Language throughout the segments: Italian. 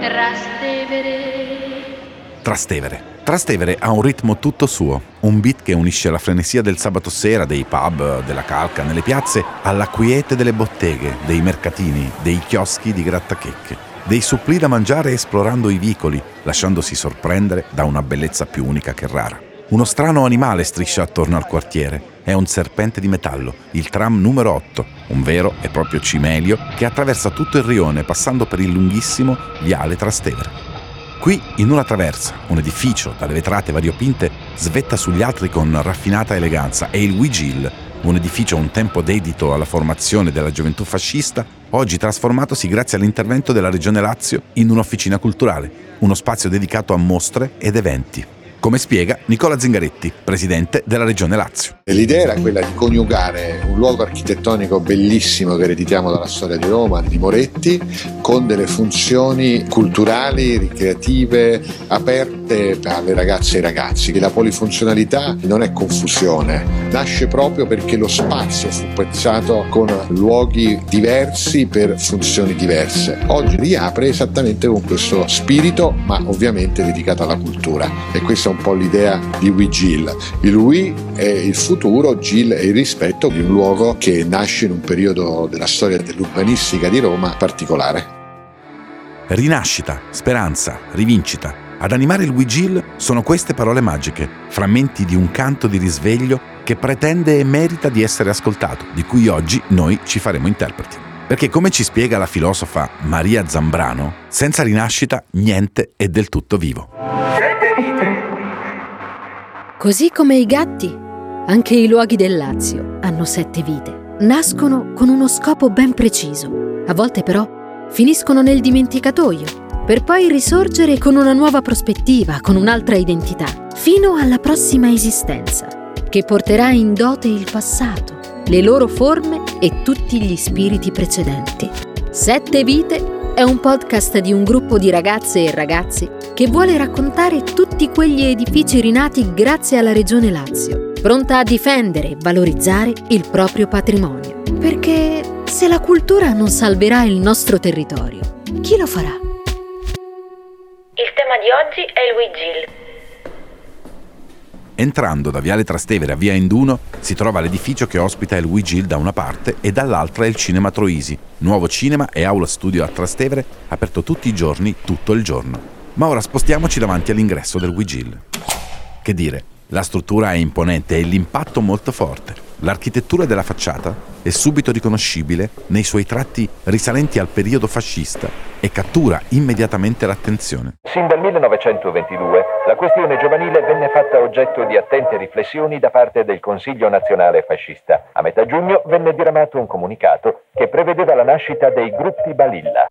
Trastevere ha un ritmo tutto suo, un beat che unisce la frenesia del sabato sera, dei pub, della calca nelle piazze, alla quiete delle botteghe, dei mercatini, dei chioschi di grattachecche, dei supplì da mangiare esplorando i vicoli, lasciandosi sorprendere da una bellezza più unica che rara. Uno strano animale striscia attorno al quartiere. È un serpente di metallo, il tram numero 8, un vero e proprio cimelio che attraversa tutto il rione passando per il lunghissimo viale Trastevere. Qui, in una traversa, un edificio dalle vetrate variopinte svetta sugli altri con raffinata eleganza e il Wigil, un edificio un tempo dedito alla formazione della gioventù fascista, oggi trasformatosi grazie all'intervento della Regione Lazio in un'officina culturale, uno spazio dedicato a mostre ed eventi. Come spiega Nicola Zingaretti, presidente della Regione Lazio. L'idea era quella di coniugare un luogo architettonico bellissimo che ereditiamo dalla storia di Roma, di Moretti, con delle funzioni culturali, ricreative, aperte alle ragazze e ai ragazzi. La polifunzionalità non è confusione, nasce proprio perché lo spazio fu pensato con luoghi diversi per funzioni diverse. Oggi riapre esattamente con questo spirito, ma ovviamente dedicato alla cultura. E questa è un po' l'idea di Wigil. Il Wi è il futuro, Gil è il rispetto di un luogo che nasce in un periodo della storia dell'urbanistica di Roma particolare. Rinascita, speranza, rivincita. Ad animare il Wigil sono queste parole magiche, frammenti di un canto di risveglio che pretende e merita di essere ascoltato, di cui oggi noi ci faremo interpreti. Perché, come ci spiega la filosofa Maria Zambrano, senza rinascita niente è del tutto vivo. Così come i gatti, anche i luoghi del Lazio hanno 7 vite. Nascono con uno scopo ben preciso. A volte però finiscono nel dimenticatoio, per poi risorgere con una nuova prospettiva, con un'altra identità, fino alla prossima esistenza, che porterà in dote il passato, le loro forme e tutti gli spiriti precedenti. 7 vite è un podcast di un gruppo di ragazze e ragazzi che vuole raccontare tutti quegli edifici rinati grazie alla Regione Lazio, pronta a difendere e valorizzare il proprio patrimonio. Perché se la cultura non salverà il nostro territorio, chi lo farà? Il tema di oggi è il Wigil. Entrando da Viale Trastevere a Via Induno si trova l'edificio che ospita il Wigil da una parte e dall'altra il Cinema Troisi, nuovo cinema e aula studio a Trastevere, aperto tutti i giorni, tutto il giorno. Ma ora spostiamoci davanti all'ingresso del Wigil. Che dire, la struttura è imponente e l'impatto molto forte. L'architettura della facciata è subito riconoscibile nei suoi tratti risalenti al periodo fascista e cattura immediatamente l'attenzione. Sin dal 1922 la questione giovanile venne fatta oggetto di attente riflessioni da parte del Consiglio Nazionale Fascista. A metà giugno venne diramato un comunicato che prevedeva la nascita dei gruppi Balilla.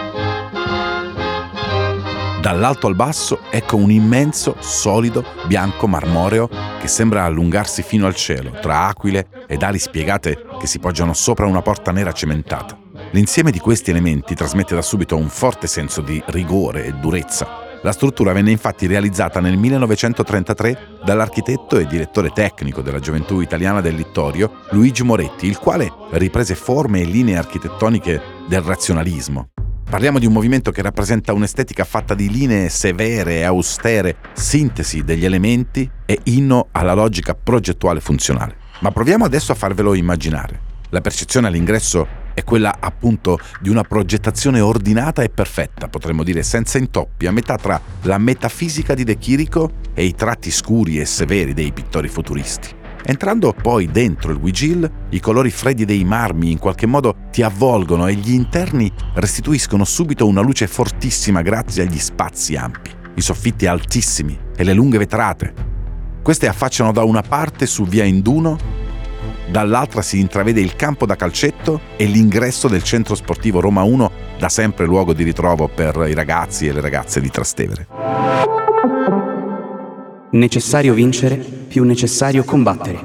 Dall'alto al basso ecco un immenso, solido, bianco marmoreo che sembra allungarsi fino al cielo, tra aquile ed ali spiegate che si poggiano sopra una porta nera cementata. L'insieme di questi elementi trasmette da subito un forte senso di rigore e durezza. La struttura venne infatti realizzata nel 1933 dall'architetto e direttore tecnico della Gioventù Italiana del Littorio, Luigi Moretti, il quale riprese forme e linee architettoniche del razionalismo. Parliamo di un movimento che rappresenta un'estetica fatta di linee severe e austere, sintesi degli elementi e inno alla logica progettuale funzionale. Ma proviamo adesso a farvelo immaginare. La percezione all'ingresso è quella appunto di una progettazione ordinata e perfetta, potremmo dire senza intoppi, a metà tra la metafisica di De Chirico e i tratti scuri e severi dei pittori futuristi. Entrando poi dentro il Wigil, i colori freddi dei marmi in qualche modo ti avvolgono e gli interni restituiscono subito una luce fortissima grazie agli spazi ampi, i soffitti altissimi e le lunghe vetrate. Queste affacciano da una parte su Via Induno, dall'altra si intravede il campo da calcetto e l'ingresso del centro sportivo Roma 1, da sempre luogo di ritrovo per i ragazzi e le ragazze di Trastevere. Necessario vincere, più necessario combattere.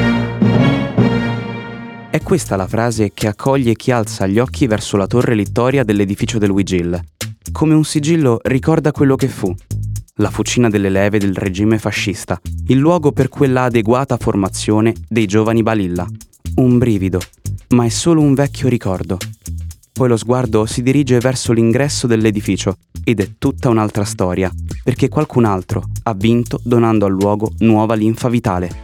È questa la frase che accoglie chi alza gli occhi verso la torre littoria dell'edificio del Wigil. Come un sigillo ricorda quello che fu, la fucina delle leve del regime fascista, il luogo per quella adeguata formazione dei giovani Balilla. Un brivido, ma è solo un vecchio ricordo. Poi lo sguardo si dirige verso l'ingresso dell'edificio ed è tutta un'altra storia, perché qualcun altro ha vinto donando al luogo nuova linfa vitale.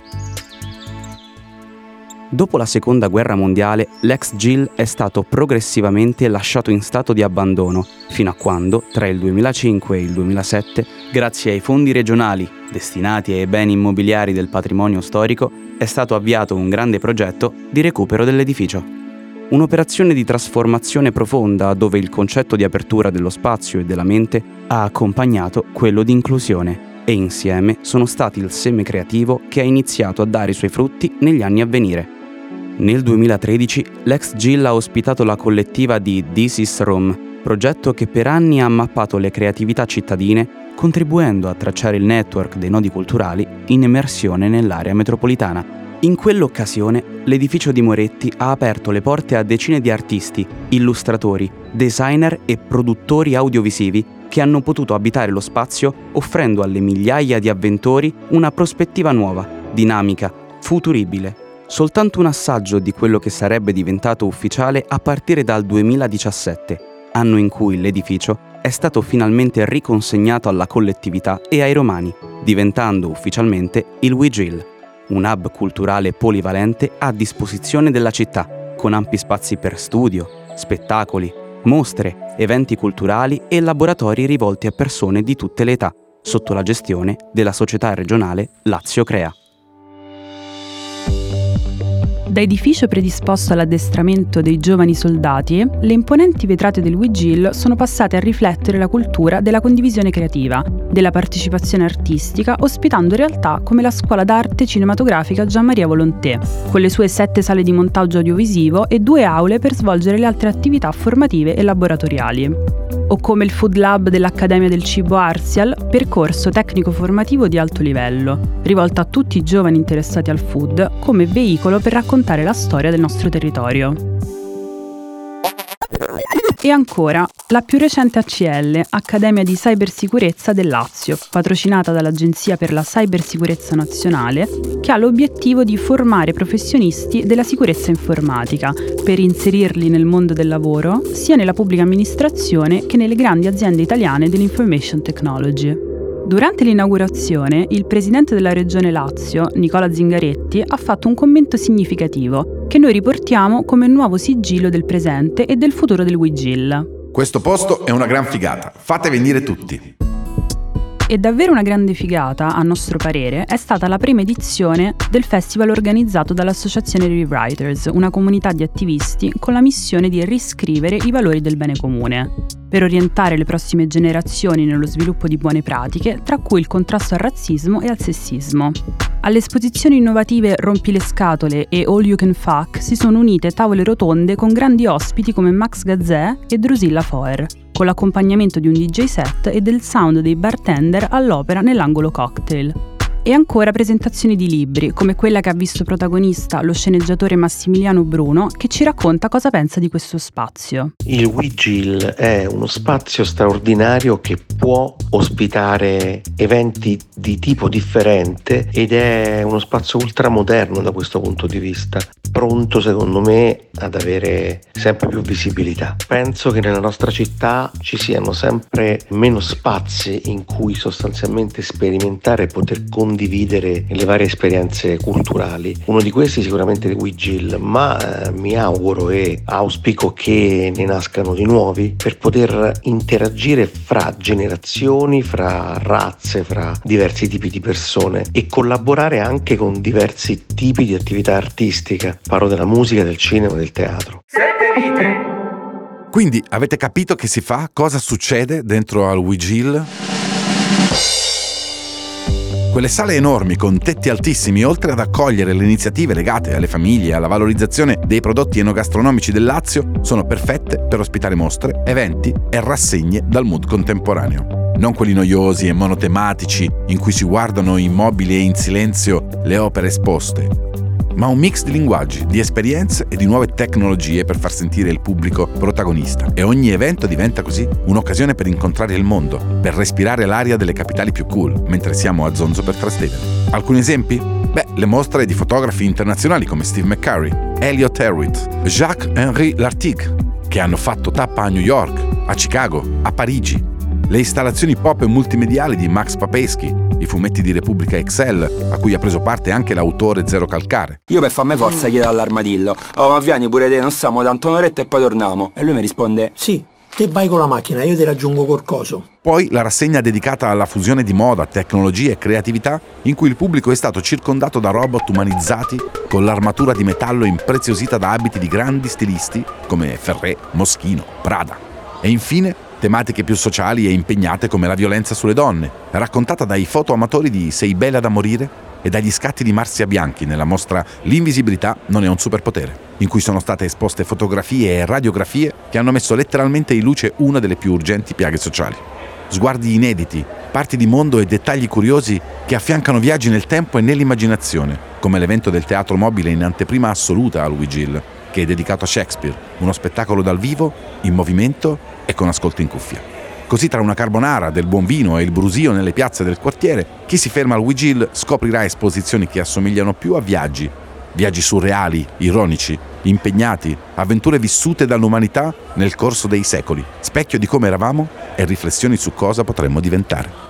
Dopo la Seconda Guerra Mondiale, l'ex GIL è stato progressivamente lasciato in stato di abbandono, fino a quando, tra il 2005 e il 2007, grazie ai fondi regionali destinati ai beni immobiliari del patrimonio storico, è stato avviato un grande progetto di recupero dell'edificio. Un'operazione di trasformazione profonda dove il concetto di apertura dello spazio e della mente ha accompagnato quello di inclusione e insieme sono stati il seme creativo che ha iniziato a dare i suoi frutti negli anni a venire. Nel 2013 l'ex GIL ha ospitato la collettiva di This is Rome, progetto che per anni ha mappato le creatività cittadine, contribuendo a tracciare il network dei nodi culturali in immersione nell'area metropolitana. In quell'occasione, l'edificio di Moretti ha aperto le porte a decine di artisti, illustratori, designer e produttori audiovisivi che hanno potuto abitare lo spazio offrendo alle migliaia di avventori una prospettiva nuova, dinamica, futuribile. Soltanto un assaggio di quello che sarebbe diventato ufficiale a partire dal 2017, anno in cui l'edificio è stato finalmente riconsegnato alla collettività e ai romani, diventando ufficialmente il WeGIL, un hub culturale polivalente a disposizione della città, con ampi spazi per studio, spettacoli, mostre, eventi culturali e laboratori rivolti a persone di tutte le età, sotto la gestione della società regionale Lazio Crea. Da edificio predisposto all'addestramento dei giovani soldati, le imponenti vetrate del WeGIL sono passate a riflettere la cultura della condivisione creativa, della partecipazione artistica, ospitando realtà come la Scuola d'Arte Cinematografica Gian Maria Volonté, con le sue 7 sale di montaggio audiovisivo e 2 aule per svolgere le altre attività formative e laboratoriali. O come il Food Lab dell'Accademia del Cibo Arsial, percorso tecnico formativo di alto livello, rivolto a tutti i giovani interessati al food come veicolo per raccontare la storia del nostro territorio. E ancora, la più recente ACL, Accademia di Cybersicurezza del Lazio, patrocinata dall'Agenzia per la Cybersicurezza Nazionale, che ha l'obiettivo di formare professionisti della sicurezza informatica per inserirli nel mondo del lavoro, sia nella pubblica amministrazione che nelle grandi aziende italiane dell'information technology. Durante l'inaugurazione, il presidente della Regione Lazio, Nicola Zingaretti, ha fatto un commento significativo che noi riportiamo come nuovo sigillo del presente e del futuro del WeGIL. Questo posto è una gran figata, fate venire tutti. E davvero una grande figata, a nostro parere, è stata la prima edizione del festival organizzato dall'Associazione Rewriters, una comunità di attivisti con la missione di riscrivere i valori del bene comune, per orientare le prossime generazioni nello sviluppo di buone pratiche, tra cui il contrasto al razzismo e al sessismo. Alle esposizioni innovative Rompi le scatole e All You Can Fuck si sono unite tavole rotonde con grandi ospiti come Max Gazzè e Drusilla Foer, con l'accompagnamento di un DJ set e del sound dei bartender all'opera nell'angolo cocktail. E ancora presentazioni di libri, come quella che ha visto protagonista lo sceneggiatore Massimiliano Bruno, che ci racconta cosa pensa di questo spazio. Il WeGIL è uno spazio straordinario che può ospitare eventi di tipo differente ed è uno spazio ultramoderno da questo punto di vista, pronto secondo me ad avere sempre più visibilità. Penso che nella nostra città ci siano sempre meno spazi in cui sostanzialmente sperimentare e poter condividere le varie esperienze culturali. Uno di questi sicuramente è il WeGIL, ma mi auguro e auspico che ne nascano di nuovi per poter interagire fra generazioni, fra razze, fra diversi tipi di persone e collaborare anche con diversi tipi di attività artistica. Parlo della musica, del cinema, del teatro. Quindi avete capito che si fa? Cosa succede dentro al WeGIL? Quelle sale enormi con tetti altissimi, oltre ad accogliere le iniziative legate alle famiglie e alla valorizzazione dei prodotti enogastronomici del Lazio, sono perfette per ospitare mostre, eventi e rassegne dal mood contemporaneo. Non quelli noiosi e monotematici in cui si guardano immobili e in silenzio le opere esposte, ma un mix di linguaggi, di esperienze e di nuove tecnologie per far sentire il pubblico protagonista. E ogni evento diventa così un'occasione per incontrare il mondo, per respirare l'aria delle capitali più cool, mentre siamo a Zonzo per Trastevere. Alcuni esempi? Le mostre di fotografi internazionali come Steve McCurry, Elliot Erwitt, Jacques-Henri Lartigue, che hanno fatto tappa a New York, a Chicago, a Parigi. Le installazioni pop e multimediali di Max Papeschi, i fumetti di Repubblica Excel, a cui ha preso parte anche l'autore Zero Calcare. Io per farmi forza chiedo all'armadillo: oh, ma vieni pure te, non stiamo tanto un'oretta e poi torniamo. E lui mi risponde: sì, te vai con la macchina, io ti raggiungo col coso. Poi la rassegna dedicata alla fusione di moda, tecnologia e creatività, in cui il pubblico è stato circondato da robot umanizzati con l'armatura di metallo impreziosita da abiti di grandi stilisti come Ferré, Moschino, Prada. E infine tematiche più sociali e impegnate come la violenza sulle donne, raccontata dai fotoamatori di Sei bella da morire e dagli scatti di Marzia Bianchi nella mostra L'invisibilità non è un superpotere, in cui sono state esposte fotografie e radiografie che hanno messo letteralmente in luce una delle più urgenti piaghe sociali. Sguardi inediti, parti di mondo e dettagli curiosi che affiancano viaggi nel tempo e nell'immaginazione, come l'evento del Teatro Mobile in anteprima assoluta al Wegill, che è dedicato a Shakespeare, uno spettacolo dal vivo, in movimento e con ascolto in cuffia. Così tra una carbonara, del buon vino e il brusio nelle piazze del quartiere, chi si ferma al Wegill scoprirà esposizioni che assomigliano più a viaggi surreali, ironici, impegnati, avventure vissute dall'umanità nel corso dei secoli, specchio di come eravamo e riflessioni su cosa potremmo diventare.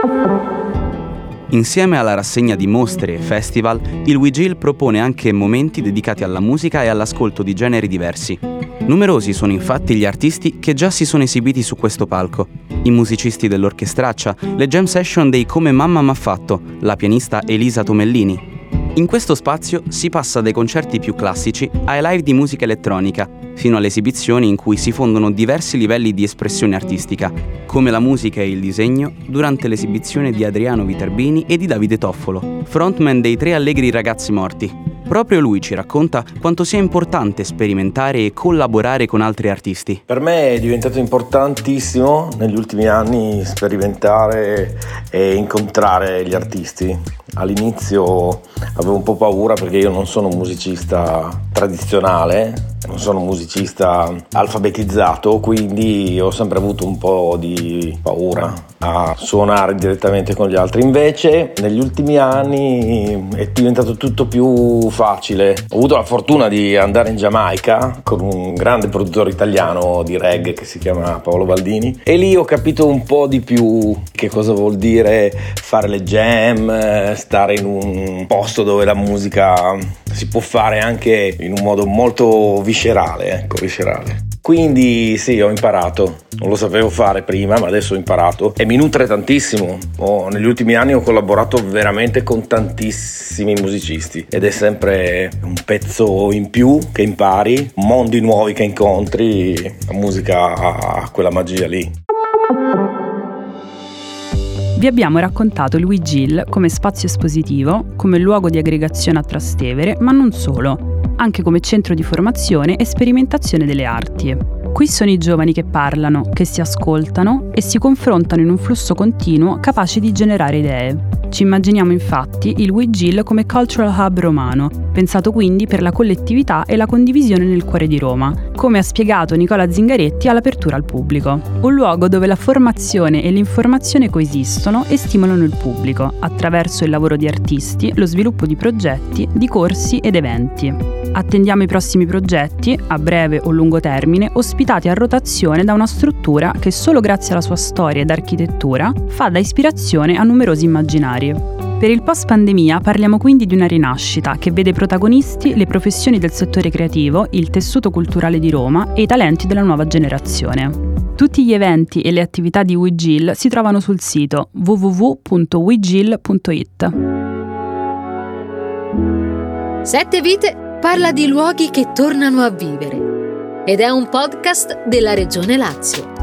Insieme alla rassegna di mostre e festival, il Wegill propone anche momenti dedicati alla musica e all'ascolto di generi diversi. Numerosi sono infatti gli artisti che già si sono esibiti su questo palco. I musicisti dell'orchestraccia, le jam session dei Come Mamma m'ha fatto, la pianista Elisa Tomellini. In questo spazio si passa dai concerti più classici ai live di musica elettronica, fino alle esibizioni in cui si fondono diversi livelli di espressione artistica, come la musica e il disegno durante l'esibizione di Adriano Viterbini e di Davide Toffolo, frontman dei Tre Allegri Ragazzi Morti. Proprio lui ci racconta quanto sia importante sperimentare e collaborare con altri artisti. Per me è diventato importantissimo negli ultimi anni sperimentare e incontrare gli artisti. All'inizio avevo un po' paura perché io non sono un musicista tradizionale, non sono un musicista alfabetizzato, quindi ho sempre avuto un po' di paura a suonare direttamente con gli altri. Invece negli ultimi anni è diventato tutto più facile. Ho avuto la fortuna di andare in Giamaica con un grande produttore italiano di reggae che si chiama Paolo Baldini, e lì ho capito un po' di più che cosa vuol dire fare le jam, stare in un posto dove la musica si può fare anche in un modo molto viscerale. Quindi sì, ho imparato, non lo sapevo fare prima, ma adesso ho imparato e mi nutre tantissimo. Negli ultimi anni ho collaborato veramente con tantissimi musicisti ed è sempre un pezzo in più che impari, mondi nuovi che incontri, la musica ha quella magia lì. Vi abbiamo raccontato il Wegill come spazio espositivo, come luogo di aggregazione a Trastevere, ma non solo, anche come centro di formazione e sperimentazione delle arti. Qui sono i giovani che parlano, che si ascoltano e si confrontano in un flusso continuo capace di generare idee. Ci immaginiamo infatti il Wegill come cultural hub romano, pensato quindi per la collettività e la condivisione nel cuore di Roma, come ha spiegato Nicola Zingaretti all'apertura al pubblico. Un luogo dove la formazione e l'informazione coesistono e stimolano il pubblico, attraverso il lavoro di artisti, lo sviluppo di progetti, di corsi ed eventi. Attendiamo i prossimi progetti, a breve o lungo termine, ospitati a rotazione da una struttura che solo grazie alla sua storia ed architettura fa da ispirazione a numerosi immaginari. Per il post-pandemia parliamo quindi di una rinascita che vede protagonisti le professioni del settore creativo, il tessuto culturale di Roma e i talenti della nuova generazione. Tutti gli eventi e le attività di Wegill si trovano sul sito www.wegill.it. Sette Vite parla di luoghi che tornano a vivere ed è un podcast della Regione Lazio.